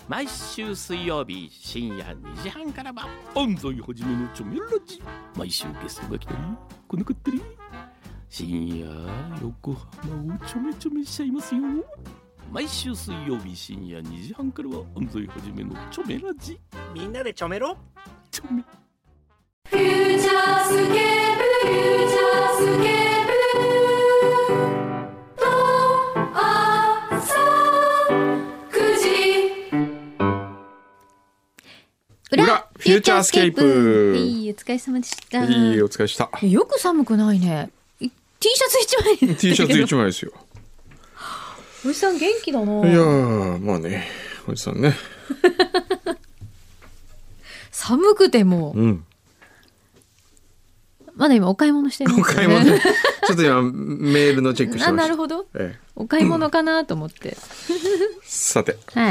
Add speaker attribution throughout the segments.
Speaker 1: 毎週水曜日深夜2時半からは安西はじめのチョメラジ。毎週ゲストが来たり来なかったり、深夜横浜をちょめちょめしちゃいますよ。毎週水曜日深夜2時半からは安西はじめのチョメラジ。
Speaker 2: みんなでちょめろ。
Speaker 1: チョメ
Speaker 3: フューチャースケープ、フューチャースケープと朝9時。
Speaker 4: 裏フューチャースケープ。
Speaker 5: いいお疲れ様でした。
Speaker 4: いいお疲れした。
Speaker 5: よく寒くないね。T シャツ一枚になったけど。
Speaker 4: T シャツ一枚ですよ。
Speaker 5: おじさん元気だな。
Speaker 4: いやーまあね、おじさんね。
Speaker 5: 寒くても、
Speaker 4: うん。
Speaker 5: まだ今お買い物してるん
Speaker 4: お
Speaker 5: ですよね。
Speaker 4: 買い物。ちょっと今メールのチェックしてました。
Speaker 5: あ、なるほど。
Speaker 4: ええ、
Speaker 5: お買い物かなと思って。
Speaker 4: さて、
Speaker 5: はい。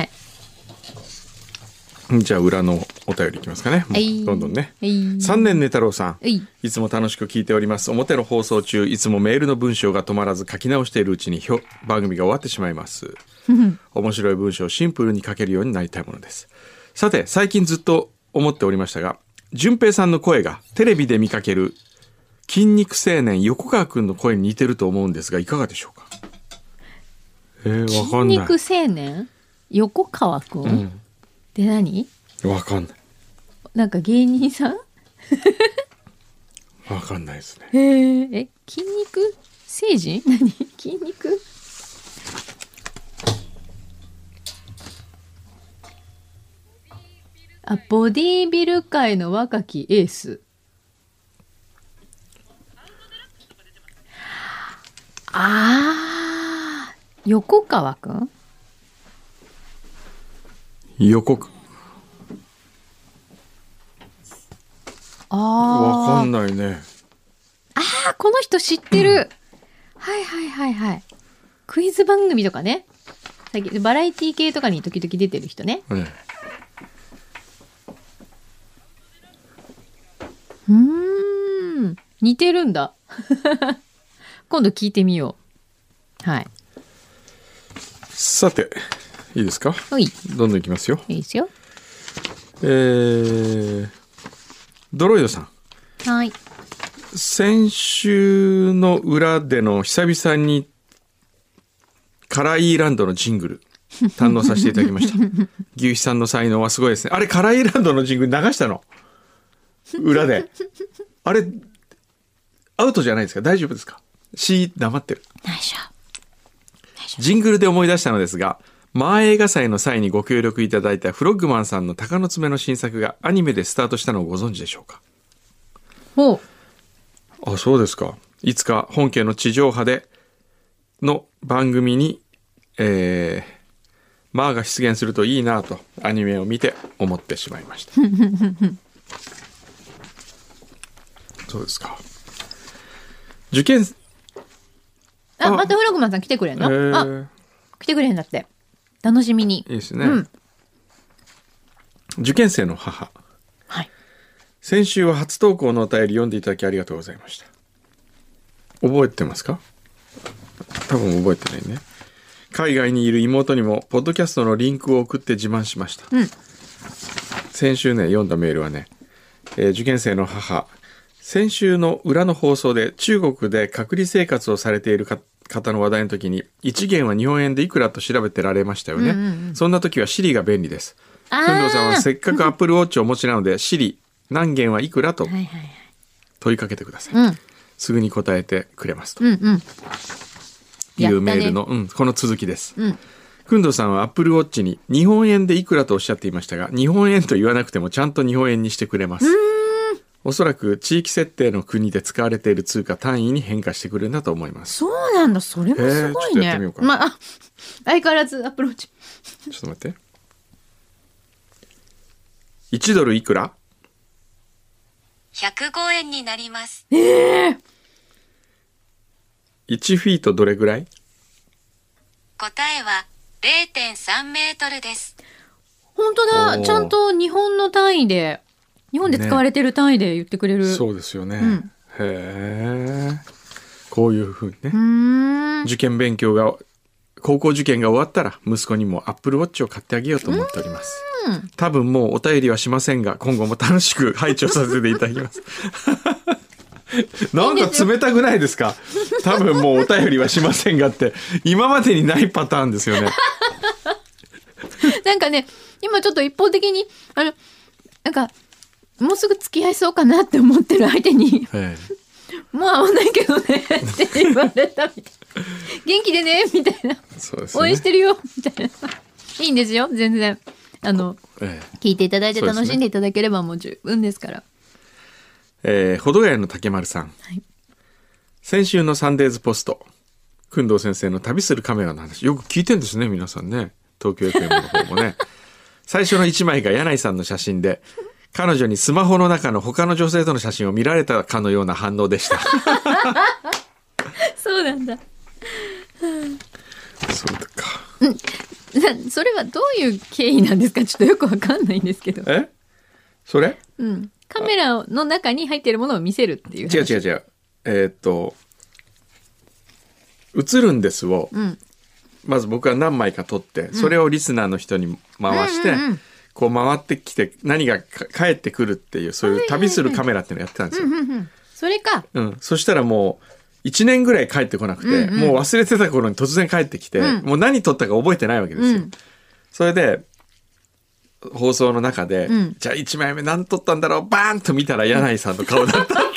Speaker 4: じゃあ裏のお便りいきますかね。もうどんどんね。3年寝太郎さん、いつも楽しく聞いております。表の放送中、いつもメールの文章が止まらず書き直しているうちに番組が終わってしまいます。面白い文章をシンプルに書けるようになりたいものです。さて、最近ずっと思っておりましたが、順平さんの声がテレビで見かける筋肉青年横川くんの声に似てると思うんですが、いかがでしょうか。わかんない。
Speaker 5: 筋肉青年横川くん、って何？
Speaker 4: わかんない。
Speaker 5: なんか芸人さん？
Speaker 4: わかんないですね。
Speaker 5: 筋肉星人？何？筋肉？あ、ボディービル界の若きエース。あー、横川くん？
Speaker 4: 横く。わかんないね。
Speaker 5: ああ、この人知ってる。はいはいはいはい。クイズ番組とかね。最近バラエティ系とかに時々出てる人ね。似てるんだ。今度聞いてみよう。はい。
Speaker 4: さて、いいですか？
Speaker 5: はい。
Speaker 4: どんどんいきますよ。
Speaker 5: いいですよ。
Speaker 4: ドロイドさん。
Speaker 5: はい。先
Speaker 4: 週の裏での久々にカライーランドのジングル堪能させていただきました。牛肥さんの才能はすごいですね。あれカライーランドのジングル流したの？裏で。あれアウトじゃないですか？大丈夫ですか？黙ってる。ジングルで思い出したのですが、マー映画祭の際にご協力いただいたフロッグマンさんの鷹の爪の新作がアニメでスタートしたのをご存知でしょうか？あ、そうですか。いつか本家の地上波での番組に、マーが出現するといいなとアニメを見て思ってしまいました。そうですか。受験、
Speaker 5: またフログマンさん来てくれんの？来てくれんだって。楽しみに。
Speaker 4: いいですね。受験生の母。
Speaker 5: はい。
Speaker 4: 先週は初投稿のお便り読んでいただきありがとうございました。覚えてますか？多分覚えてないね。海外にいる妹にもポッドキャストのリンクを送って自慢しました。先週ね、読んだメールはね、受験生の母、先週の裏の放送で中国で隔離生活をされている方の話題の時に1元は日本円でいくらと調べてられましたよね。そんな時はシリが便利です。工藤さんはせっかくアップルウォッチをお持ちなのでシリ何元はいくらと問いかけてください。すぐに答えてくれますというメールの、この続きです。工藤さんはアップルウォッチに日本円でいくらとおっしゃっていましたが、日本円と言わなくてもちゃんと日本円にしてくれます。おそらく地域設定の国で使われている通貨単位に変化してくるんだと思います。
Speaker 5: そうなんだ。それもすごいね。
Speaker 4: ちょっとやってみようか。
Speaker 5: 相変わらずアプローチ。
Speaker 4: ちょっと待って。1ドルいくら
Speaker 6: ？105円になります。
Speaker 4: 1フィートどれぐらい？
Speaker 6: 答えは 0.3 メートルです。
Speaker 5: 本当だ。ちゃんと日本の単位で、日本で使われてる単位で言ってくれる。
Speaker 4: そうですよね。へえ。こういうふうにね。受験勉強が高校受験が終わったら息子にもアップルウォッチを買ってあげようと思っております。多分もうお便りはしませんが今後も楽しく拝聴させていただきます。なんか冷たくないですか？多分もうお便りはしませんがって今までにないパターンですよね。
Speaker 5: なんかね、今ちょっと一方的になんかもうすぐ付き合いそうかなって思ってる相手に、もう会わないけどねって言われたみたいな。元気でねみたいな。
Speaker 4: そうですね。
Speaker 5: 応援してるよみたいな。いいんですよ、全然。聞いていただいて楽しんでいただければもう十分ですから。
Speaker 4: ほどがやの竹丸さん、はい、先週のサンデーズポスト工藤先生の旅するカメラの話よく聞いてんですね皆さんね。東京 FM の方もね。最初の1枚が柳井さんの写真で彼女にスマホの中の他の女性との写真を見られたかのような反応でした。
Speaker 5: そうなんだ。
Speaker 4: そうか、
Speaker 5: それはどういう経緯なんですか？ちょっとよくわかんないんですけど。
Speaker 4: それ？
Speaker 5: カメラの中に入っているものを見せるっていう話。
Speaker 4: 違う。映るんですを、まず僕は何枚か撮って、それをリスナーの人に回して、こう回ってきて何が返ってくるっていうそういう旅するカメラっていうのをやってたんですよ。
Speaker 5: それか。
Speaker 4: そしたらもう1年ぐらい帰ってこなくて、もう忘れてた頃に突然帰ってきて、もう何撮ったか覚えてないわけですよ。それで放送の中で、じゃあ1枚目何撮ったんだろうバーンと見たら柳井さんの顔だったっていう。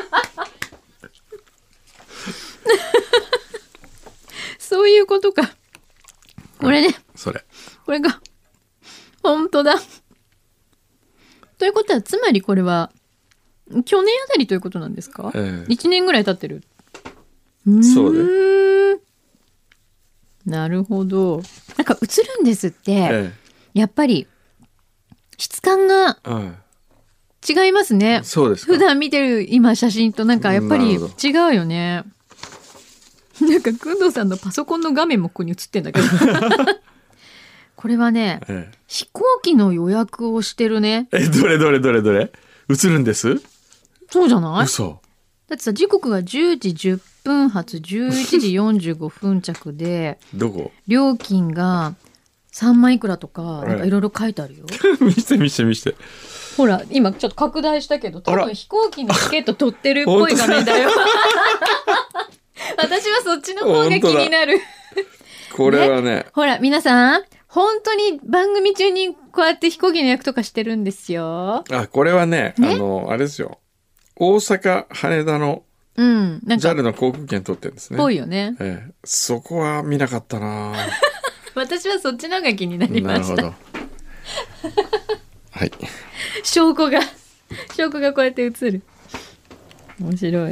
Speaker 5: そういうことか。これね。これが本当だ。ということはつまりこれは去年あたりということなんですか？1年ぐらい経ってる。
Speaker 4: そうで。
Speaker 5: なるほど。なんか映るんですって、やっぱり質感が違いますね。
Speaker 4: そうですか。
Speaker 5: 普段見てる今写真となんかやっぱり違うよね。なんか工藤さんのパソコンの画面もここに映ってんだけど。これはね、飛行機の予約をしてるね。
Speaker 4: どれ映るんです？
Speaker 5: そうじゃない？
Speaker 4: 嘘。
Speaker 5: だってさ、時刻が10時10分発11時45分着で、
Speaker 4: どこ？
Speaker 5: 料金が3万いくらとか、なんかいろいろ書いてあるよ。
Speaker 4: 見せて。
Speaker 5: ほら、今ちょっと拡大したけど、多分飛行機のチケット取ってるっぽい画面だよ。私はそっちの方が気になる。
Speaker 4: これはね。
Speaker 5: ほら、皆さん、本当に番組中にこうやって飛行機の予約とかしてるんですよ。
Speaker 4: これはね、あれですよ。大阪、羽田の、JAL の航空券取ってるんですね。
Speaker 5: ぽいよね。
Speaker 4: そこは見なかったな。
Speaker 5: 私はそっちの方が気になりました。
Speaker 4: なるほど。はい。
Speaker 5: 証拠がこうやって映る。面白い。はい。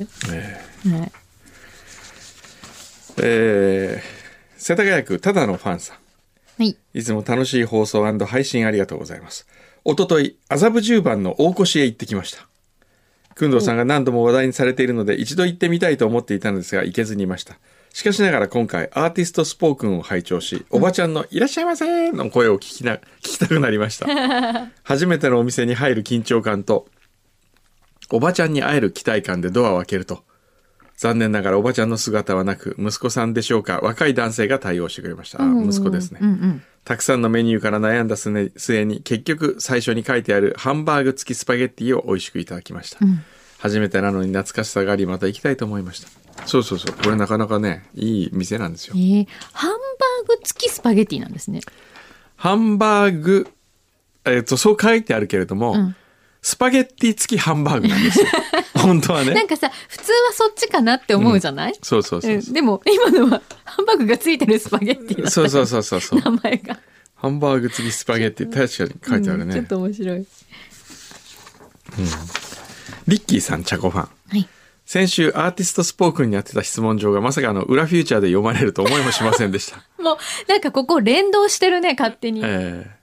Speaker 4: 世田谷区ただのファンさん。
Speaker 5: はい。
Speaker 4: いつも楽しい放送&配信ありがとうございます。おととい、麻布十番の大越へ行ってきました。工藤さんが何度も話題にされているので一度行ってみたいと思っていたのですが行けずにいました。しかしながら今回アーティストスポークンを拝聴し、おばちゃんのいらっしゃいませの声を聞きたくなりました。初めてのお店に入る緊張感とおばちゃんに会える期待感でドアを開けると、残念ながらおばちゃんの姿はなく、息子さんでしょうか、若い男性が対応してくれました。息子ですね、たくさんのメニューから悩んだ末に結局最初に書いてあるハンバーグ付きスパゲッティを美味しくいただきました。初めてなのに懐かしさがありまた行きたいと思いました。そうこれなかなかねいい店なんですよ。
Speaker 5: ハンバーグ付きスパゲッティなんですね。
Speaker 4: ハンバーグそう書いてあるけれども、スパゲッティ付きハンバーグなんですよ。本当はね。
Speaker 5: なんかさ、普通はそっちかなって思うじゃない？
Speaker 4: そう
Speaker 5: でも今のはハンバーグが付いてるスパゲッティだった。
Speaker 4: そう
Speaker 5: 名前が
Speaker 4: ハンバーグ付きスパゲッティ確かに書いてあるね。
Speaker 5: ちょっと面白い。
Speaker 4: リッキーさんチャコファン、
Speaker 5: はい、
Speaker 4: 先週アーティストスポークンにやってた質問状がまさか裏フューチャーで読まれると思いもしませんでした。
Speaker 5: もうなんかここ連動してるね勝手に。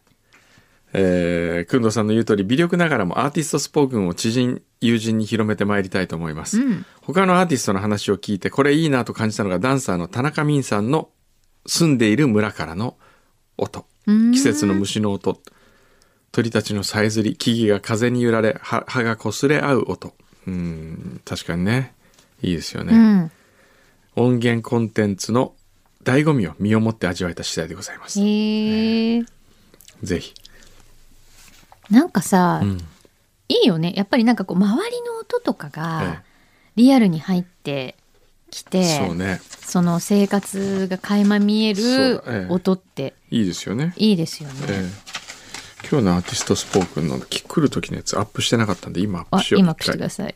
Speaker 4: くんどさんの言う通り微力ながらもアーティストスポークンを知人友人に広めてまいりたいと思います、他のアーティストの話を聞いてこれいいなと感じたのがダンサーの田中泯さんの住んでいる村からの音、季節の虫の音、鳥たちのさえずり、木々が風に揺られ葉が擦れ合う音。確かにねいいですよね、音源コンテンツの醍醐味を身をもって味わえた次第でございます。
Speaker 5: へえ。
Speaker 4: ぜひ。
Speaker 5: なんかさ、
Speaker 4: うん、
Speaker 5: いいよね。やっぱりなんかこう周りの音とか
Speaker 4: え
Speaker 5: が
Speaker 4: え
Speaker 5: リアルに入ってきて、
Speaker 4: そうね。
Speaker 5: その生活が垣間見える音って
Speaker 4: いいですよね。
Speaker 5: いいですよね。
Speaker 4: 今日のアーティストスポークンの来る時のやつアップしてなかったんで今アップしよう。
Speaker 5: 今アップしてください。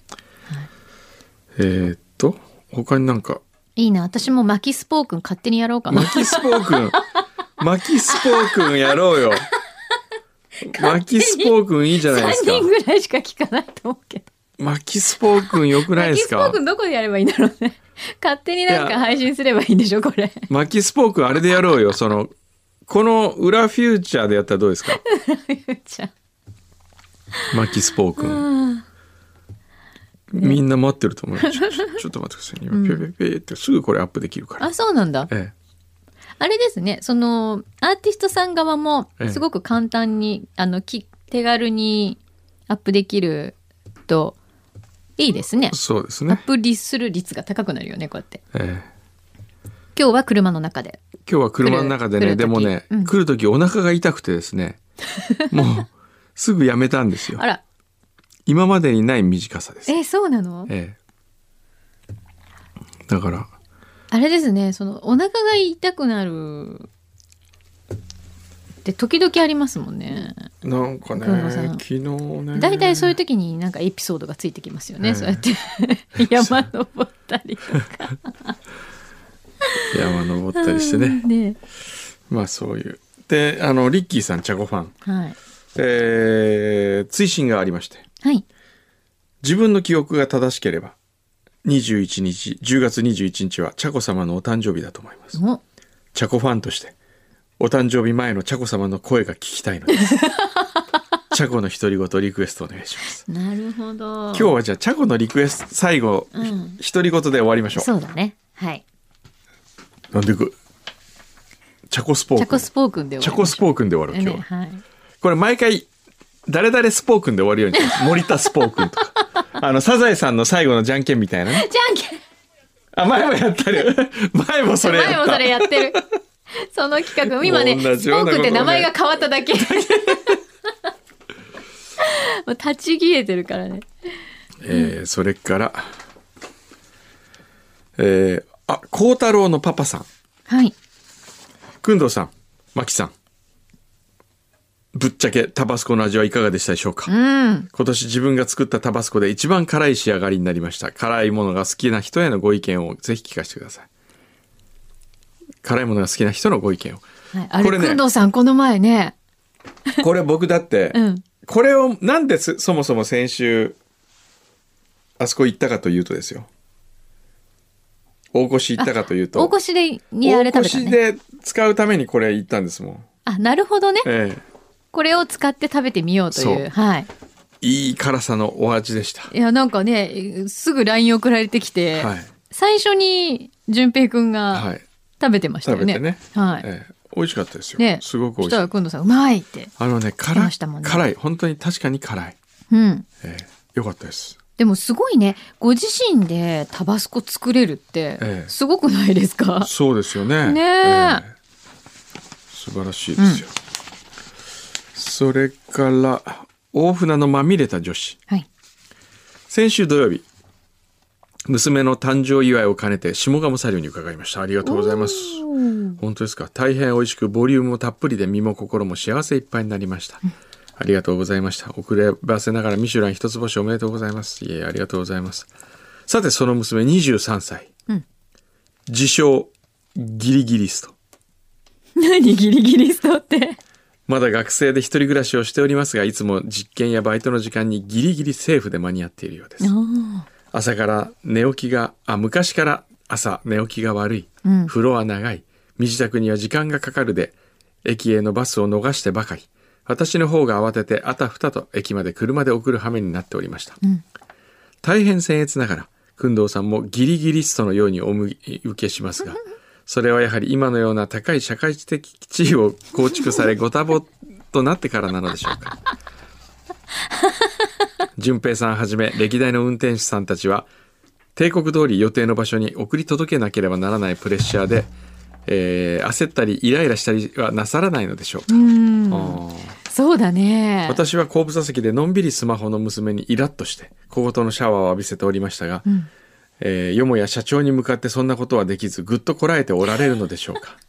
Speaker 4: 他になんか
Speaker 5: いいな。私もマキスポークン勝手にやろうかな。
Speaker 4: マキスポークンマキスポークンやろうよ。マキスポークンいいじゃないですか。
Speaker 5: 3人ぐらいしか聞かないと思うけど。
Speaker 4: マキスポークンよくないですか。
Speaker 5: マキスポークンどこでやればいいんだろうね。勝手になんか配信すればいいんでしょこれ。
Speaker 4: マキスポークンあれでやろうよ。この裏フューチャーでやったらどうですか。マキスポークン。みんな待ってると思う。ちょっと待ってください。今ペペペってすぐこれアップできるから。
Speaker 5: あ、そうなんだ。あれですね。そのアーティストさん側もすごく簡単に、手軽にアップできるといいですね。
Speaker 4: そうですね。
Speaker 5: アップする率が高くなるよねこうやって。今日は車の中で。
Speaker 4: 今日は車の中でね。でもね、来る時お腹が痛くてですね。もうすぐやめたんですよ。
Speaker 5: あら。
Speaker 4: 今までにない短さです。
Speaker 5: そうなの？
Speaker 4: だから
Speaker 5: あれですね、そのお腹が痛くなるって時々ありますもんね。
Speaker 4: なんかね、昨日ね。
Speaker 5: だいたいそういう時になんかエピソードがついてきますよね。そうやって山登ったりとか。
Speaker 4: 山登ったりしてね。まあそういう。で、リッキーさんチャコファン。
Speaker 5: はい。
Speaker 4: 追伸がありまして。
Speaker 5: はい。
Speaker 4: 自分の記憶が正しければ10月21日はチャコ様のお誕生日だと思います。チャコファンとしてお誕生日前のチャコ様の声が聞きたいのですチャコの独り言リクエストお願いします。
Speaker 5: なるほど。
Speaker 4: 今日はじゃあチャコのリクエスト最後、独り言で終わりましょう。
Speaker 5: そうだね。はい。
Speaker 4: なんでチャコスポークン。
Speaker 5: チャコスポークンで終わる。
Speaker 4: チャコスポークンで終わる今日、
Speaker 5: はい。
Speaker 4: これ毎回誰々スポークンで終わるようにします。森田スポークンとかサザエさんの最後のじゃんけんみたいなね。
Speaker 5: じゃんけん。
Speaker 4: あ、前もやってる。前もそれやった。
Speaker 5: 前もそれやってる。その企画今ね、スポークンって名前が変わっただけ。もう立ち消えてるからね。
Speaker 4: それから孝太郎のパパさん。
Speaker 5: はい。
Speaker 4: くんどうさん、まきさん。ぶっちゃけタバスコの味はいかがでしたでしょうか。今年自分が作ったタバスコで一番辛い仕上がりになりました。辛いものが好きな人へのご意見をぜひ聞かせてください。辛いものが好きな人のご意見を。
Speaker 5: はい、あれ、くんどうさんこの前ね。
Speaker 4: これ僕だって、これをなんでそもそも先週あそこ行ったかというとですよ。大越行ったかというと。
Speaker 5: 大越にあれ食べたね。
Speaker 4: 大越で使うためにこれ行ったんですもん。
Speaker 5: あ、なるほどね。これを使って食べてみようという。はい。
Speaker 4: いい辛さのお味でした。
Speaker 5: いや、なんかね、すぐ LINE 送られてきて、最初に淳平くんが食べてましたよね。
Speaker 4: 食べてね。
Speaker 5: はい。
Speaker 4: 美味しかったですよ。ね、すごく美味しい。そした
Speaker 5: らくんどさん、うまいって。
Speaker 4: 辛い。本当に確かに辛い。よかったです。
Speaker 5: でもすごいね、ご自身でタバスコ作れるって、すごくないですか？
Speaker 4: そうですよね。
Speaker 5: ね
Speaker 4: 素晴らしいですよ。それから大船のまみれた女子、先週土曜日娘の誕生祝いを兼ねて下鴨サリオに伺いました。ありがとうございます。本当ですか。大変美味しくボリュームもたっぷりで身も心も幸せいっぱいになりました。ありがとうございました。遅ればせながらミシュラン一つ星おめでとうございます。いえ、ありがとうございます。さてその娘23歳、自称ギリギリスト。
Speaker 5: 何ギリギリストって。
Speaker 4: まだ学生で一人暮らしをしておりますが、いつも実験やバイトの時間にギリギリセーフで間に合っているようです。昔から朝寝起きが悪い、風呂は長い、身支度には時間がかかるで、駅へのバスを逃してばかり、私の方が慌ててあたふたと駅まで車で送る羽目になっておりました。大変僭越ながら、くんどうさんもギリギリストのようにお受けしますが、それはやはり今のような高い社会的地位を構築されご多忙となってからなのでしょうか。順平さんはじめ歴代の運転手さんたちは帝国通り予定の場所に送り届けなければならないプレッシャーで焦ったりイライラしたりはなさらないのでしょうか。
Speaker 5: そうだね。
Speaker 4: 私は後部座席でのんびりスマホの娘にイラッとして小言のシャワーを浴びせておりましたが、よもや社長に向かってそんなことはできずぐっとこらえておられるのでしょうか。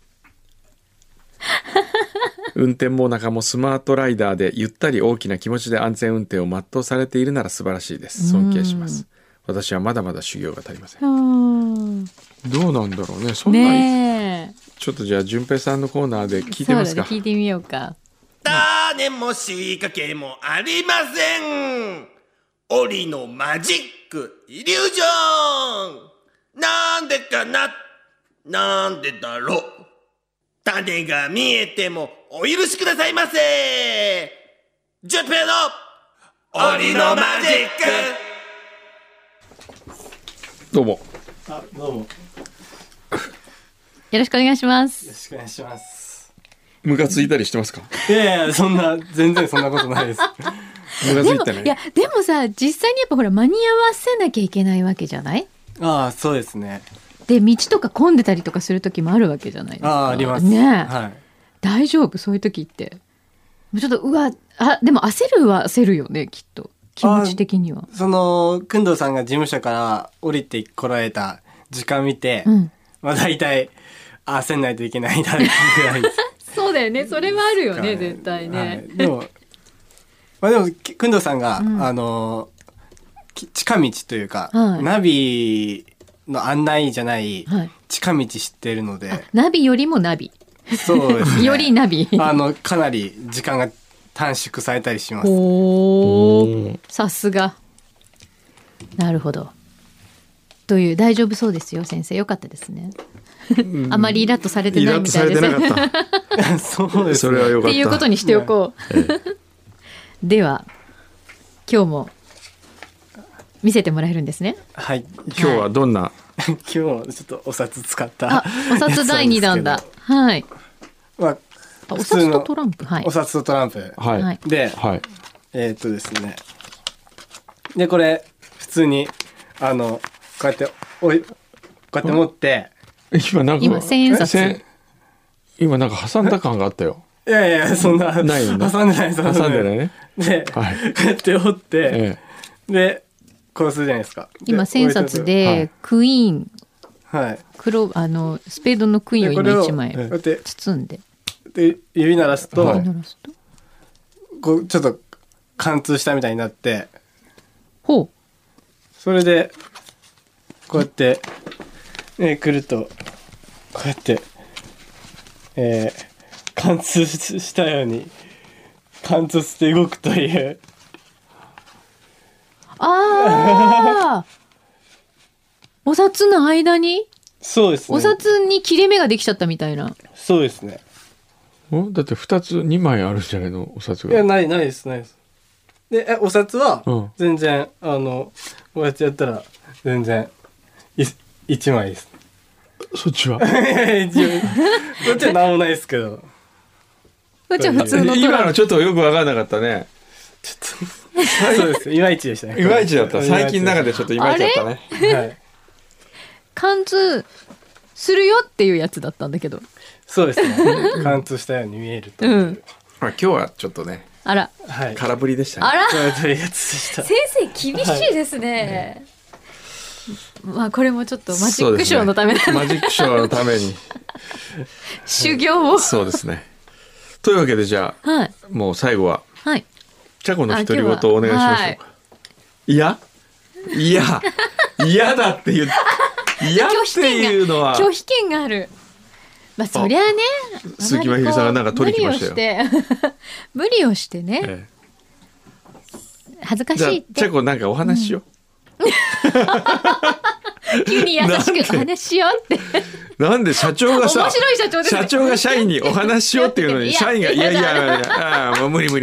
Speaker 4: 運転も中もスマートライダーでゆったり大きな気持ちで安全運転を全うされているなら素晴らしいです。尊敬します。私はまだまだ修行が足りません。どうなんだろうね。そんな
Speaker 5: ねえ。
Speaker 4: ちょっとじゃあ順平さんのコーナーで聞いてますか。
Speaker 5: そうだね、聞いてみようか。
Speaker 2: 種も仕掛けもありません。檻のマジックイリュージョン。なんでかな、なんでだろう。種が見えてもお許しくださいませ。順平の檻のマジック。
Speaker 4: どうも。
Speaker 7: どうも。
Speaker 5: よろしくお願いします。
Speaker 7: よろしくお願いします。
Speaker 4: ムカついたりしてますか。
Speaker 7: いやいや、全然そんなことないです。
Speaker 4: ムカついてない。
Speaker 5: いやでもさ、実際にやっぱほら間に合わせなきゃいけないわけじゃない。
Speaker 7: ああ、そうですね。
Speaker 5: で道とか混んでたりとかする時もあるわけじゃないですか。
Speaker 7: あります
Speaker 5: ね。
Speaker 7: はい。
Speaker 5: 大丈夫、そういう時ってちょっとでも焦るは焦るよね、きっと気持ち的には。
Speaker 7: 工藤さんが事務所から降りてこられた時間見て、まあ大体焦んないといけないなぐらいです。
Speaker 5: そうだよね、それはあるよね、絶対ね。
Speaker 7: はい、でも工藤さんが、近道というか、ナビの案内じゃない近道知ってるので、
Speaker 5: ナビよりもナビ。
Speaker 7: そうですね。
Speaker 5: よりナビ。
Speaker 7: かなり時間が短縮されたりします。
Speaker 5: おー、さすが。なるほど。という、大丈夫そうですよ、先生。よかったですね。あまりイラッとされてないみたいです。
Speaker 4: イラッとされてなかった。
Speaker 7: そうですね。
Speaker 4: それはよかった。
Speaker 5: っていうことにしておこう。では、今日も見せてもらえるんですね。
Speaker 7: はい。
Speaker 4: 今日はどんな。
Speaker 7: 今日はちょっとお札使った。
Speaker 5: お札第2弾だ。はい。
Speaker 7: まあ、
Speaker 5: お札とトランプ。はい。
Speaker 7: お札とトランプ。
Speaker 4: はい。
Speaker 7: で、
Speaker 4: はい。
Speaker 7: ですね。で、これ、普通に、こうやって持って、
Speaker 5: 今千円札。
Speaker 7: 今
Speaker 4: なんか挟んだ感があったよ。
Speaker 7: いやいや、そんな。
Speaker 4: ないんだ。
Speaker 7: 挟んでない。
Speaker 4: 挟んでないね。
Speaker 7: で、こうやって折って、で、こうするじゃないですか。
Speaker 5: 今千円札で、クイーン。
Speaker 7: はい。
Speaker 5: スペードのクイーンを今1枚包んで。
Speaker 7: で、指鳴らすと、こう、ちょっと貫通したみたいになって、
Speaker 5: ほう。
Speaker 7: それで、こうやって、くると、こうやって、貫通したように、貫通して動くという。
Speaker 5: ああお札の間に。
Speaker 7: そうですね。
Speaker 5: お札に切れ目ができちゃったみたいな。
Speaker 7: そうですね。
Speaker 4: だって2枚あるんじゃないの、お札が。
Speaker 7: いや、ないです。で、お札は、全然、こうやってやったら、全然、1枚です。
Speaker 4: そっちは
Speaker 7: こっちは何もないですけど。
Speaker 5: こっちは普通のトランプ。
Speaker 4: 今のちょっとよく分からなかったね。
Speaker 7: ちょっと、そうです。いまいちでしたね。
Speaker 4: いまいちだった。最近の中でちょっといまいちだったね。
Speaker 7: はい。
Speaker 5: 貫通するよっていうやつだったんだけど。
Speaker 7: そうですね。貫通したように見えると。
Speaker 4: 今日はちょっとね。
Speaker 5: あら。
Speaker 4: 空振りでしたね。
Speaker 5: あら。
Speaker 7: というやつでした。
Speaker 5: 先生厳しいですね。まあこれもちょっとマジックショーのため
Speaker 4: マジックショーのために
Speaker 5: 修行を。
Speaker 4: そうですね。というわけでじゃあ、もう最後はチャコの独り言をお願いしましょうか。嫌だって言う。嫌っていうのは
Speaker 5: 拒否権がある。まあそりゃね、
Speaker 4: 鈴木まひるさんがなんか取りに来ましたよ。
Speaker 5: 無理をしてね、恥ずかしいって。
Speaker 4: チャコなんかお話しよう。
Speaker 5: 急に優しくお話しようって。
Speaker 4: なんで社長がさ、
Speaker 5: 面白い社長ですね。
Speaker 4: 社長が社員にお話しようっていうのに社員がいやもう無理。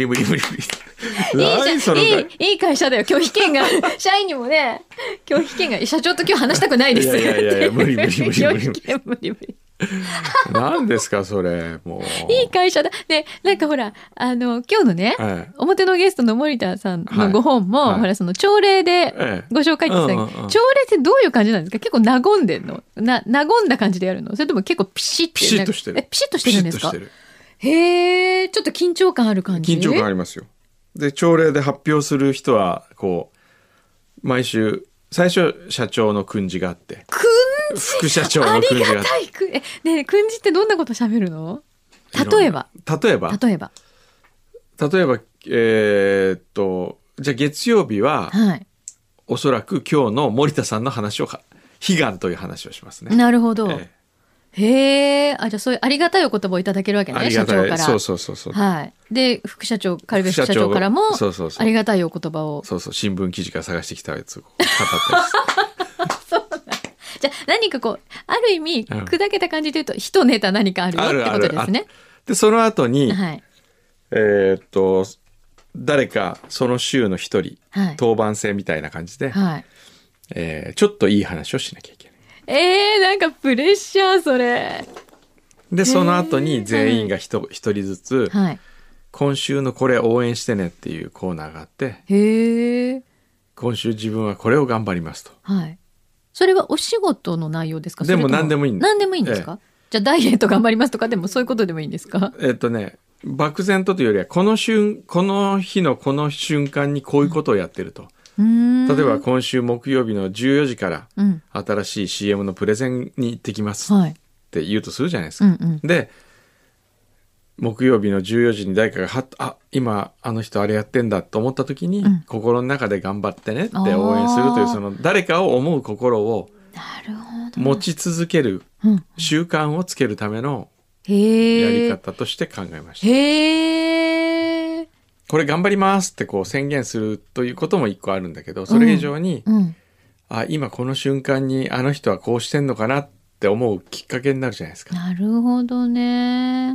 Speaker 5: いい会社だよ。拒否権が社員にもね、拒否権が社長と今日話したくないです。
Speaker 4: いや無理。
Speaker 5: 拒否権無理。
Speaker 4: 何ですかそれもう。
Speaker 5: いい会社だ。で、なんかほら、今日のね、
Speaker 4: はい、
Speaker 5: 表のゲストの森田さんのご本も、ほら、その朝礼でご紹介って言ってたけど、朝礼ってどういう感じなんですか？結構和んでんの？和んだ感じでやるの？それとも結構ピシッて？
Speaker 4: ピシッとしてる。
Speaker 5: ピシッとしてるんですか？へえ、ちょっと緊張感ある感じ？
Speaker 4: 緊張感ありますよ。で、朝礼で発表する人は、こう、毎週、最初社長の訓示があって。副社長の訓示があって。
Speaker 5: ありがたい。ね、訓示ってどんなこと喋るの？例えば。じゃあ月曜日は、はい、おそらく今日の森田さんの話を、悲願という話をしますね。 なるほど。へえ、じゃあそういうありがたいお言葉をいただけるわけね、社長から。
Speaker 4: そう。
Speaker 5: はい。で、副社長、カルベ副社長からも、ありがたいお言葉を。
Speaker 4: そう、新聞記事から探してきたやつを語ったりして。
Speaker 5: そうなんだ。じゃあ何かこう、ある意味、砕けた感じで言うと、一ネタ何かあるよってことですね。
Speaker 4: で、その後に、
Speaker 5: はい、
Speaker 4: 誰かその週の一人、はい、当番制みたいな感じで、はい、ちょっといい話をしなきゃいけない。
Speaker 5: なんかプレッシャーそれ。
Speaker 4: でその後に全員が一人ずつ、はい、今週のこれ応援してねっていうコーナーがあって、今週自分はこれを頑張りますと。
Speaker 5: はい。それはお仕事の内容ですか？
Speaker 4: でも何でもいいんです。
Speaker 5: 何でもいいんですか？じゃあダイエット頑張りますとかでもそういうことでもいいんですか？
Speaker 4: 漠然とというよりはこの日のこの瞬間にこういうことをやってると。例えば今週木曜日の14時から新しい CM のプレゼンに行ってきますって言うとするじゃないですか。で木曜日の14時に誰かが今あの人あれやってんだと思った時に、心の中で頑張ってねって応援するというその誰かを思う心を持ち続ける習慣をつけるためのやり方として考えました。これ頑張りますってこう宣言するということも一個あるんだけど、それ以上に、今この瞬間にあの人はこうしてんのかなって思うきっかけになるじゃないですか。
Speaker 5: なるほどね。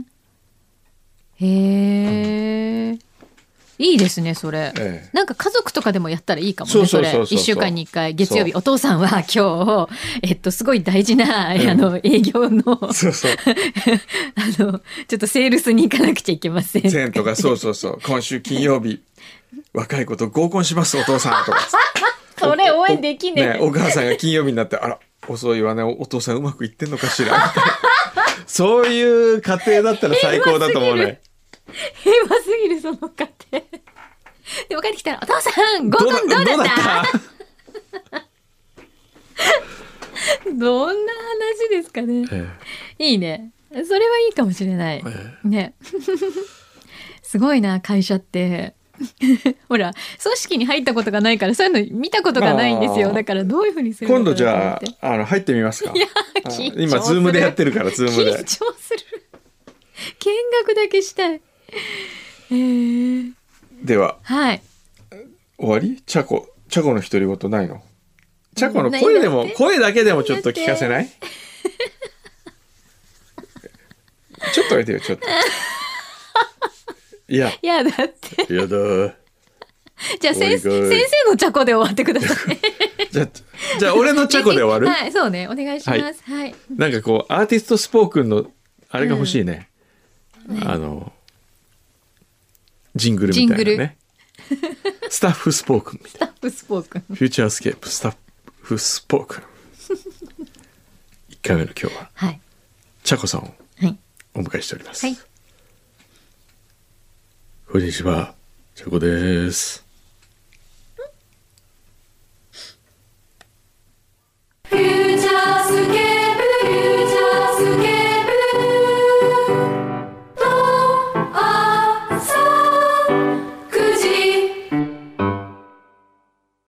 Speaker 5: いいですねそれ、なんか家族とかでもやったらいいかもね。それ1週間に1回月曜日お父さんは今日、すごい大事な、営業のちょっとセールスに行かなくちゃいけません
Speaker 4: とかそう今週金曜日若い子と合コンしますお父さんとか
Speaker 5: それ応援できねえ、
Speaker 4: お母さんが金曜日になってあら遅いわねお父さんうまくいってんのかしらみたいなそういう家庭だったら最高だと思うね。
Speaker 5: 平和すぎるその家庭でも帰ってきたらお父さん合コンどうだったどんな話ですかね、いいねそれはいいかもしれない、ねすごいな会社ってほら組織に入ったことがないからそういうの見たことがないんですよ。だからどういうふうにするのか
Speaker 4: 今度じゃあ入ってみますか。いや今ズームでやってるからズームで緊張する
Speaker 5: 見学だけしたい。
Speaker 4: では、
Speaker 5: はい、
Speaker 4: 終わり？チャコの独り言ないの？チャコの声だけでもちょっと聞かせない？ちょっとあげてよちょっと。いや
Speaker 5: だって
Speaker 4: やだ。
Speaker 5: じゃあ先生のチャコで終わってください。
Speaker 4: じゃあ俺のチャコで終わる？
Speaker 5: はいそうねお願いします。はい。
Speaker 4: なんかこうアーティストスポークンのあれが欲しいね。ジングルみたいなね。スタッフスポークンみたいな。フューチャースケープスタッフスポークン。1回目の今日は、はい、チャコさんをお迎えしております。はい、こんにちは、チャコです。